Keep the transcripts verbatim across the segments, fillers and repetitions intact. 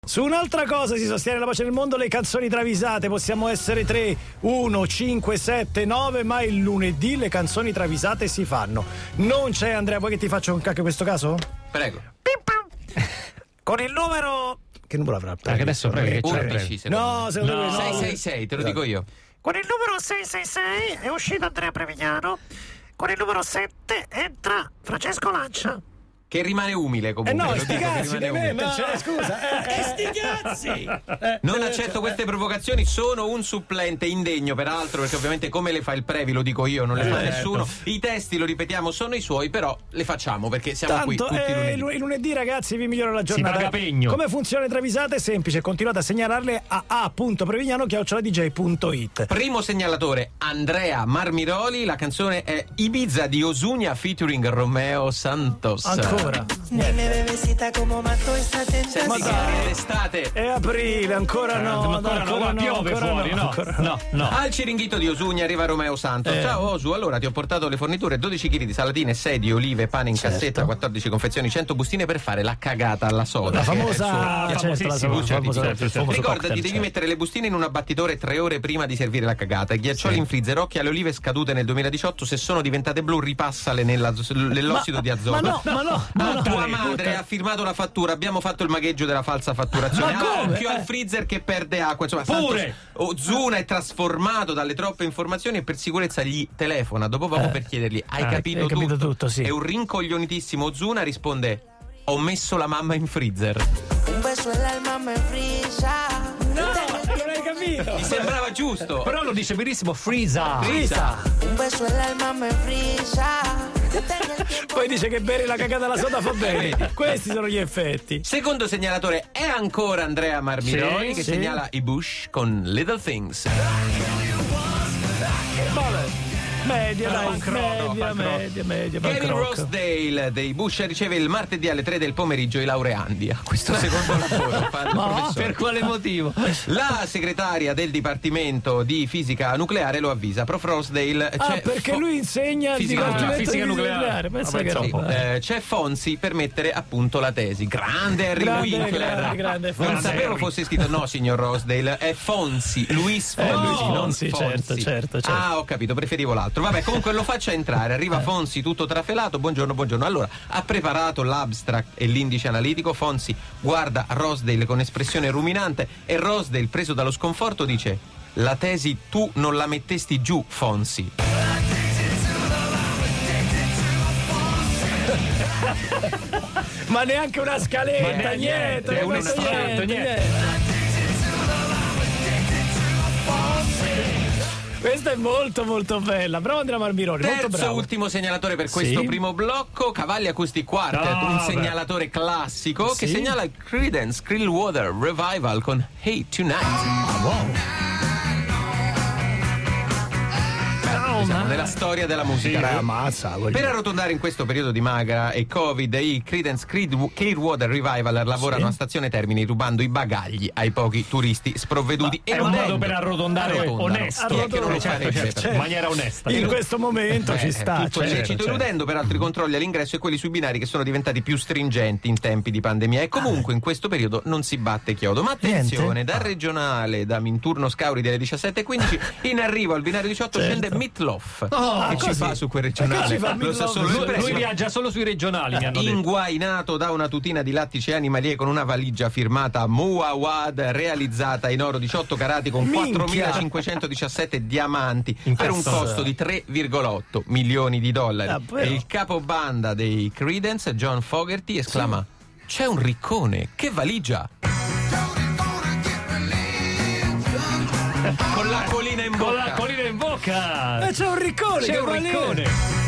Su un'altra cosa si sostiene la pace nel mondo, le canzoni travisate. Possiamo essere tre, uno, cinque, sette, nove, ma il lunedì le canzoni travisate si fanno. Non c'è Andrea, vuoi che ti faccia anche questo caso? Prego. Con il numero... Che numero avrà? Perché adesso prego, che c'è? undici, No, secondo No. me no. sei sei sei, te lo dico io. Con il numero sei sei sei è uscito Andrea Prevignano. Con il numero sette entra Francesco Lancia. Che rimane umile Eh comunque. no, lo sti dico, che cazzi, rimane devi umile. mettercela, scusa. Che sti cazzi! Non accetto queste provocazioni, sono un supplente indegno peraltro, perché ovviamente come le fa il Previ lo dico io, non le fa Certo. nessuno. I testi, lo ripetiamo, sono i suoi, però le facciamo perché siamo Tanto qui tutti i eh, lunedì. il lunedì, ragazzi, vi migliora la giornata. paga pegno. Come funziona le travisate? È semplice, continuate a segnalarle a a.prevignano chiocciola d j punto it. Primo segnalatore Andrea Marmiroli, la canzone è Ibiza di Ozuna featuring Romeo Santos. Ancora. Dime bebecita como mató esta Senti tentación. che è d'estate. È aprile, ancora no. ma ancora, ancora no, qua piove ancora fuori, no, ancora no, no. Al Ciringhito di Osugna arriva Romeo Santos. Eh. Ciao Osu, allora ti ho portato le forniture: dodici chili di salatine, sei di olive, pane in Certo. cassetta, quattordici confezioni, cento bustine per fare la cagata alla soda. La che è il famosa, suo- certo, la famosissimo, famosa, famosa, certo, il famoso Ricordati, cocktail, devi certo. mettere le bustine in un abbattitore tre ore prima di servire la cagata. Ghiaccioli in freezer, occhi alle olive scadute nel duemiladiciotto. Se sono diventate blu, ripassale nella- nell'ossido Ma- di azoto. ma no, ma no, ma Ah, no. tua Buttale, madre buttale. ha firmato la fattura. Abbiamo fatto il magheggio della falsa fatturazione. Ma Ah, come? occhio al freezer che perde acqua. Insomma, Pure. Santos Ozuna è trasformato dalle troppe informazioni e per sicurezza gli telefona dopo poco Eh. per chiedergli: hai Ah, capito, hai capito tutto, sì. E un rincoglionitissimo Ozuna risponde: ho messo la mamma in freezer. Un beso el alma me frisa. No, non hai capito. Mi sembrava giusto. Però lo dice benissimo, Freeza. Risa. Un beso el alma me frisa. Yo tengo el tiempo. Poi dice che bere la cagata alla soda fa bene. Questi sono gli effetti. Secondo segnalatore è ancora Andrea Marmiroli Sì, che sì. segnala i Bush con Little Things. Vabbè. Media, Però dai, punk rock, media, punk rock. media, media, punk Kevin rock. Rosedale dei Bush riceve il martedì alle tre del pomeriggio i laureandi a questo secondo lavoro. Fa il Ma professore. Per quale motivo? La segretaria del Dipartimento di Fisica Nucleare lo avvisa. Prof Rosedale, Ah, c'è perché Fo- lui insegna il Fisica dipartimento nucleare. di Fisica fisica nucleare. Pensa Vabbè, che insomma. roba. Eh, c'è Fonsi per mettere a punto la tesi. Grande Harry Grande, Winkler. grande, grande Non Fonsi. sapevo fosse scritto. No, signor Rosedale, è Fonsi, Luis Eh, Fonsi, Luis non Fonsi, Fonsi. certo, certo, certo. Ah, ho capito, preferivo l'altro. Vabbè, comunque lo faccia entrare. Arriva Fonsi tutto trafelato. Buongiorno, buongiorno. Allora, ha preparato l'abstract e l'indice analitico. Fonsi guarda Rosedale con espressione ruminante e Rosedale, preso dallo sconforto, dice: la tesi tu non la mettesti giù, Fonsi. Ma neanche una scaletta, Ma niente, niente, non un hai fatto estratto, niente, niente. niente. Questa è molto molto bella. Bravo Andrea Marmiroli, molto Terzo bravo. ultimo segnalatore per questo Sì. primo blocco, Cavalli Acoustic Quartet, Ah, un beh. segnalatore classico che Sì. segnala il Creedence Clearwater Revival con Hey Tonight. Siamo nella storia della musica. Dai, ammazza, voglio- Per arrotondare in questo periodo di magra e Covid, i Creedence Creed- Clearwater Revival lavorano Sì. a Stazione Termini rubando i bagagli ai pochi turisti sprovveduti. È un Eludendo- modo per arrotondare Arrotondano. onesto. Chi è che non lo Certo, farebbe? certo, in maniera onesta. In questo momento Eh, ci sta. tutto certo, illecito, certo. eludendo per altri controlli all'ingresso e quelli sui binari che sono diventati più stringenti in tempi di pandemia. E comunque in questo periodo non si batte chiodo. Ma attenzione, Niente? dal regionale, da Minturno Scauri delle diciassette e quindici, in arrivo al binario diciotto Certo. scende Meatloaf. Oh, che ci così? fa su quel E che regionale? ci fa Lo sa Meatloaf? solo Lui, l'espresso. lui viaggia solo sui regionali, mi hanno detto. Inguainato da una tutina di lattice animalie con una valigia firmata Muawad, realizzata in oro diciotto carati con Minchia. quattromilacinquecentodiciassette diamanti In per un cazzo. costo di tre virgola otto milioni di dollari. Ah, però. E il capobanda dei Creedence, John Fogerty, esclama: c'è un riccone, che valigia! Con l'acquolina in Con la bocca. collina in bocca. Eh, c'è un riccone, C'è che un va lì. riccone.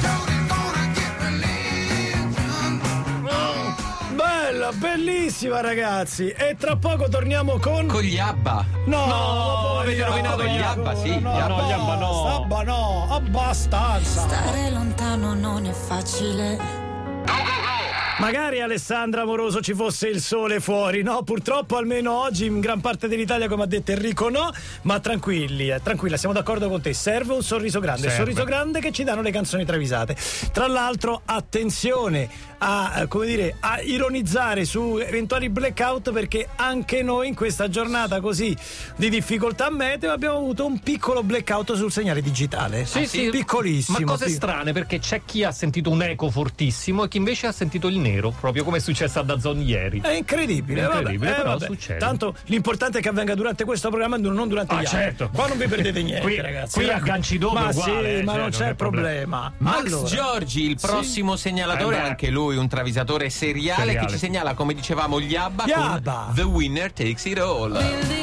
Bella, bellissima ragazzi. E tra poco torniamo con... Con gli Abba. No, No, avete rovinato gli Abba, sì, No, gli Abba. no, Gli Abba no. Abba no, abbastanza. Stare lontano non è facile. Magari Alessandra Amoroso ci fosse il sole fuori, no? Purtroppo almeno oggi in gran parte dell'Italia, come ha detto Enrico, no. Ma tranquilli, eh, tranquilla, siamo d'accordo con te. Serve un sorriso grande, il Serve. sorriso grande che ci danno le canzoni travisate. Tra l'altro, attenzione, a, come dire, a ironizzare su eventuali blackout, perché anche noi in questa giornata così di difficoltà meteo abbiamo avuto un piccolo blackout sul segnale digitale. Sì, sì, piccolissimo. Ma cose pic- strane, perché c'è chi ha sentito un eco fortissimo e chi invece ha sentito il nero, proprio come è successo a Dazzon ieri. È incredibile, È incredibile, vabbè, eh, però vabbè. succede. Tanto l'importante è che avvenga durante questo programma, non durante Ah, gli certo. altri. Qua non vi perdete niente, Qui- ragazzi. qui agganci dopo ma uguale, sì, ma cioè, non non c'è è problema. Max Allora, Giorgi, il prossimo segnalatore, Eh beh. anche lui un travisatore seriale, Seriale. che ci segnala, come dicevamo, gli ABBA, Gli con ABBA. The Winner Takes It All.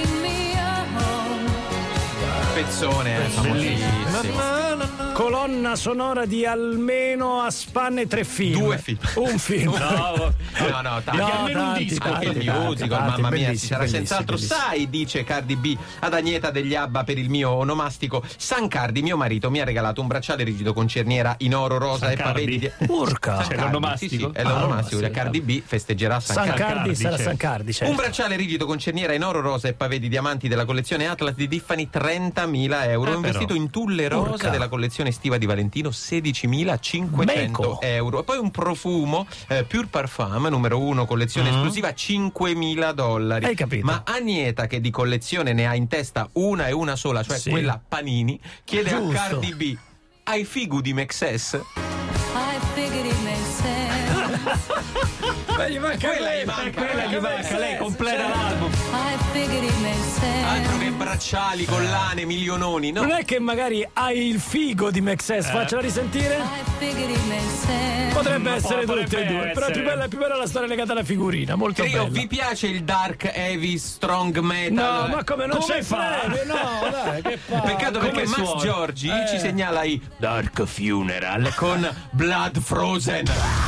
Pezzone, eh, famosissimo. colonna sonora di almeno a spanne tre film. Due film. Un film. No, No, no, tanti. Anche almeno un tanti, disco. Anche il tanti, tanti, musical, tanti, mamma mia, ci bellissimi, sarà bellissimi, senz'altro. bellissimi. Sai, dice Cardi B ad Agneta degli ABBA per il mio onomastico: San Cardi, mio marito, mi ha regalato un bracciale rigido con cerniera in oro, rosa San e pavedi Cardi? di... Urca. San C'è Cardi, l'onomastico? Sì, sì, è Ah, l'onomastico. sì, Cardi B festeggerà San, San Cardi. Cardi, Cardi, sarà certo. San Cardi, certo. Un bracciale rigido con cerniera in oro, rosa e pavedi diamanti della collezione Atlas di Tiffany, trentamila euro. Eh, Un però. vestito in tulle rosa Urca. della collezione estiva di Valentino, sedicimilacinquecento Meco. euro. E poi un profumo eh, Pure Parfum numero uno, collezione esclusiva, cinquemila dollari. Hai capito? Ma Agneta, che di collezione ne ha in testa una e una sola, cioè Sì. quella Panini, chiede Giusto. a Cardi B: hai figu di Mexes? I figured it made sense. Ma gli manca Quella lei, gli manca, quella quella gli gli manca, manca, lei completa Cioè, l'album. I figured it made sense. Altro che bracciali, collane, miliononi, no? Non è che magari hai il figo di Mexes, Eh. faccela risentire? I figured it made sense. Potrebbe Mm, essere potrebbe tutte e due, però è più essere. bella, è più bella la storia legata alla figurina, molto Trio, bella. vi piace il dark, heavy, strong metal? No, ma come non Come c'è fa? freme, no, dai, che fa? Peccato come perché Max suona? Giorgi Eh. ci segnala i Dark Funeral con Blood Frozen.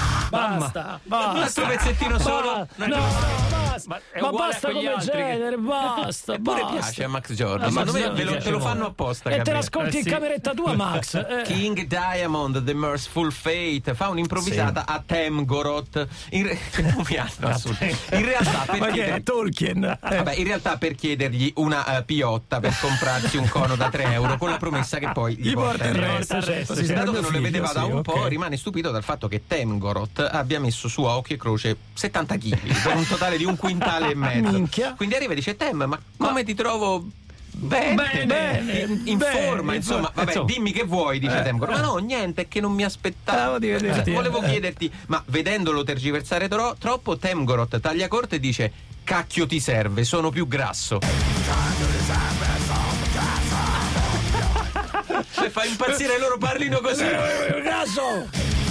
Basta, Un basta. altro pezzettino solo. No, no, basta. Ma è Ma uguale a basta quegli come altri che- genere, basta. Eppure basta. piace a Max Giorgi. Ah, Secondo Max me ve lo, Giorgi te lo piace fanno molto. apposta. E te Gabriele. l'ascolti Eh, in sì. cameretta tua, Max. Eh. King Diamond, The Merciful Fate, fa un'improvvisata a Temgoroth. In, re- non mi hanno assunto. In realtà per Ma che è chiedergli, Tolkien? Eh. vabbè, in realtà per chiedergli una eh, piotta per comprarsi un cono da tre euro, con la promessa che poi gli Gli porta il il resto, il certo, resto, sì, Dato mio che non le figlio, vedeva da sì, un ok. po', rimane stupito dal fatto che Temgoroth abbia messo su a occhio e croce settanta chili, per un totale di un quintale e mezzo. Minchia. Quindi arriva e dice: Tem, ma come ti trovo? Bene, Bene, bene, in, in bene, forma, in insomma. forma. Vabbè, Insomma. dimmi che vuoi, dice Eh, Temgoroth. eh. Ma no, niente, è che non mi aspettavo. Stavo di vederti, Eh, Volevo eh. chiederti, ma vedendolo tergiversare tro- troppo, Temgoroth taglia corto e dice: cacchio ti serve, sono più grasso. Cioè, fa impazzire loro parlino così. Grasso!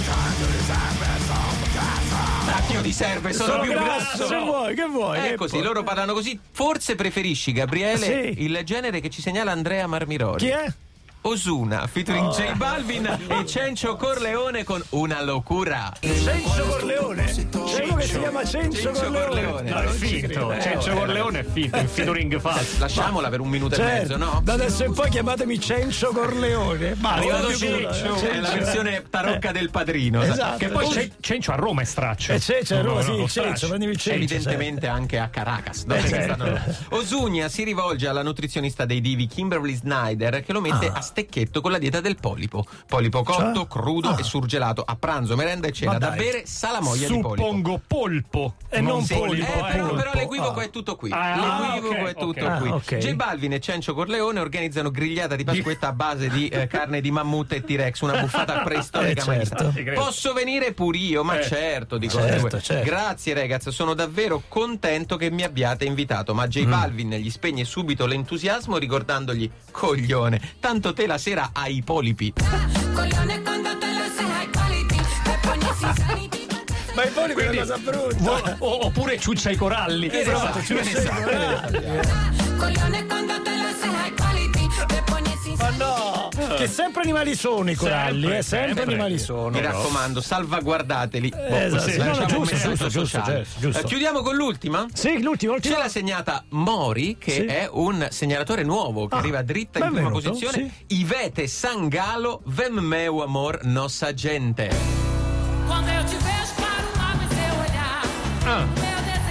Cacchio ti serve, sono, Sono più grasso, grasso. che vuoi, che vuoi? È Che così, poi- loro parlano così. Forse preferisci, Gabriele, Sì. il genere che ci segnala Andrea Marmiroli. Chi è? Osuna, featuring J Balvin e Cencio Corleone con Una locura. Cencio Corleone. C'è uno che si chiama Cencio Cencio Corleone. Corleone. No, è finto. Cencio Corleone è finto, è un featuring falso. Lasciamola per un minuto e mezzo, Certo, no? da adesso in poi chiamatemi Cencio Corleone. Ma Arrivato più Cencio, più- è la versione tarocca del padrino. Esatto. Che poi Cen- Cencio a Roma è straccio. E c'è, c'è No, Roma, no, sì, lo il Cencio, straccio. prendevi il Cencio. Evidentemente anche a Caracas, dove Eh, certo. stanno loro. Osugna si rivolge alla nutrizionista dei divi Kimberly Snyder, che lo mette Ah. a stecchetto con la dieta del polipo. Polipo cotto, Cioè? crudo Ah. e surgelato a pranzo, merenda e cena. Ma Da dai. bere salamoia di polipo. Suppongo polpo. E non Sì, polipo, eh, però, polpo. però l'equivoco Ah. è tutto qui. Ah, l'equivoco ok, è tutto ok. qui. Ah, ok. J Balvin e Cencio Corleone organizzano grigliata di Pasquetta a base di eh, carne di mammut e T-Rex, una buffata preistorica Eh, mai certo. vista. Ti credo. Posso venire pure io? Ma Eh. certo, dico Certo, due. certo. Grazie ragazzi, sono davvero contento che mi abbiate invitato. Ma J Balvin gli spegne subito l'entusiasmo ricordandogli: coglione, tanto te la sera hai i polipi. Coglione quando te lo sei high quality. Te poni sincerity. Ma i polipi è Quindi- una cosa brutta. Vo- o- oppure ciuccia i coralli. Esatto, Ci esatto. Coglione quando te lo sei high quality. Te poni Ma sincerity. no, che sempre animali sono i coralli, Sempre, eh, sempre, sempre. animali sono. Mi raccomando, salvaguardateli. Boh, esatto, sì, sì, no, no, lanciamo un giusto, messaggio giusto, giusto, sociale. certo, giusto. Eh, chiudiamo con l'ultima? Sì, l'ultimo, Ce l'ultimo. l'ha segnata Mori, che Sì. è un segnalatore nuovo che Ah, arriva dritta in prima benvenuto, posizione. Ivete Sangalo, Vem meu amor, nossa gente. Quando eu te vejo, paro lá no seu olhar. Ah. Meu desejo Anche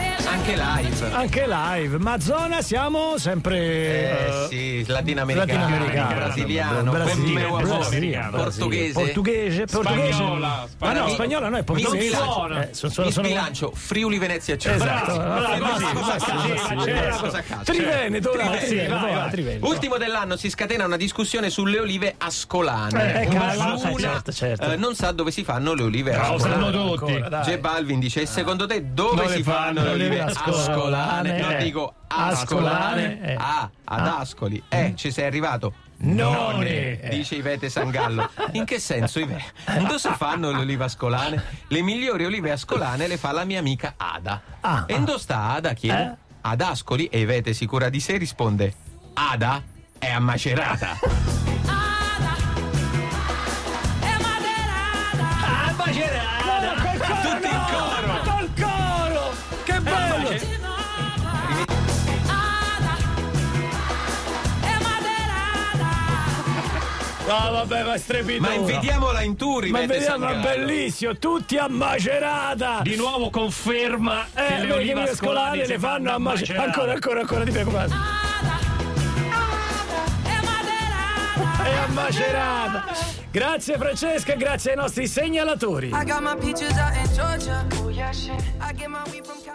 Anche live. Anche live. Ma zona siamo sempre. Eh sì, latinoamericano, latinoamericano, brasiliano, Brasile- come Brasile- portoghese, portoghese, portoghese. Spagnola, Ma no, Mi- spagnola no, è mi portoghese. sbilancio, Eh, sono- sono- mi sono- sbilancio Friuli Venezia Giulia. Esatto. Bravo, Ah, bravo, sì, bravo, sì, bravo, sì, sì, sì, ma sì, certo. sì. Cosa a caso. Triveneto, dai, Triveneto, Triveneto, vai, vai, vai. Triveneto. Ultimo dell'anno si scatena una discussione sulle olive ascolane. Eh, Come cala, una, certo, certo. eh, non sa dove si fanno le olive Lo sanno ascolane. tutti. Ancora, dai. J Balvin dice: e secondo te dove Dove si fanno le olive ascolane? ascolane? No, Eh. dico Ascolane, ascolane. eh. Ah, ad Ah. Ascoli. Eh, ci sei arrivato. None. Eh. Dice Ivete Sangallo. In che senso, Ive? Dove si fanno le olive ascolane? Le migliori olive ascolane le fa la mia amica Ada. Ah, e ah. dove sta Ada? Chiede. Eh? Ad Ascoli, e Ivete, sicura di sé, risponde: Ada è a Macerata. Ada è maderata. Tutti in coro! Col coro! Che bello! Ada è maderata. No, vabbè, ma è strepitoso. Ma invitiamola in tour, Ma Ivete vediamo, è Sangallo. bellissimo, tutti a Macerata. Di nuovo conferma Eh, che le perché olive le ascolane ascolane si le fanno a Macerata. Macerata. Ancora, ancora, ancora, ti prego, guarda. Ada è maderata. È a Macerata. Grazie Francesca, grazie ai nostri segnalatori. I got my peaches out in Georgia. Oh yeah, shit. I get my weed from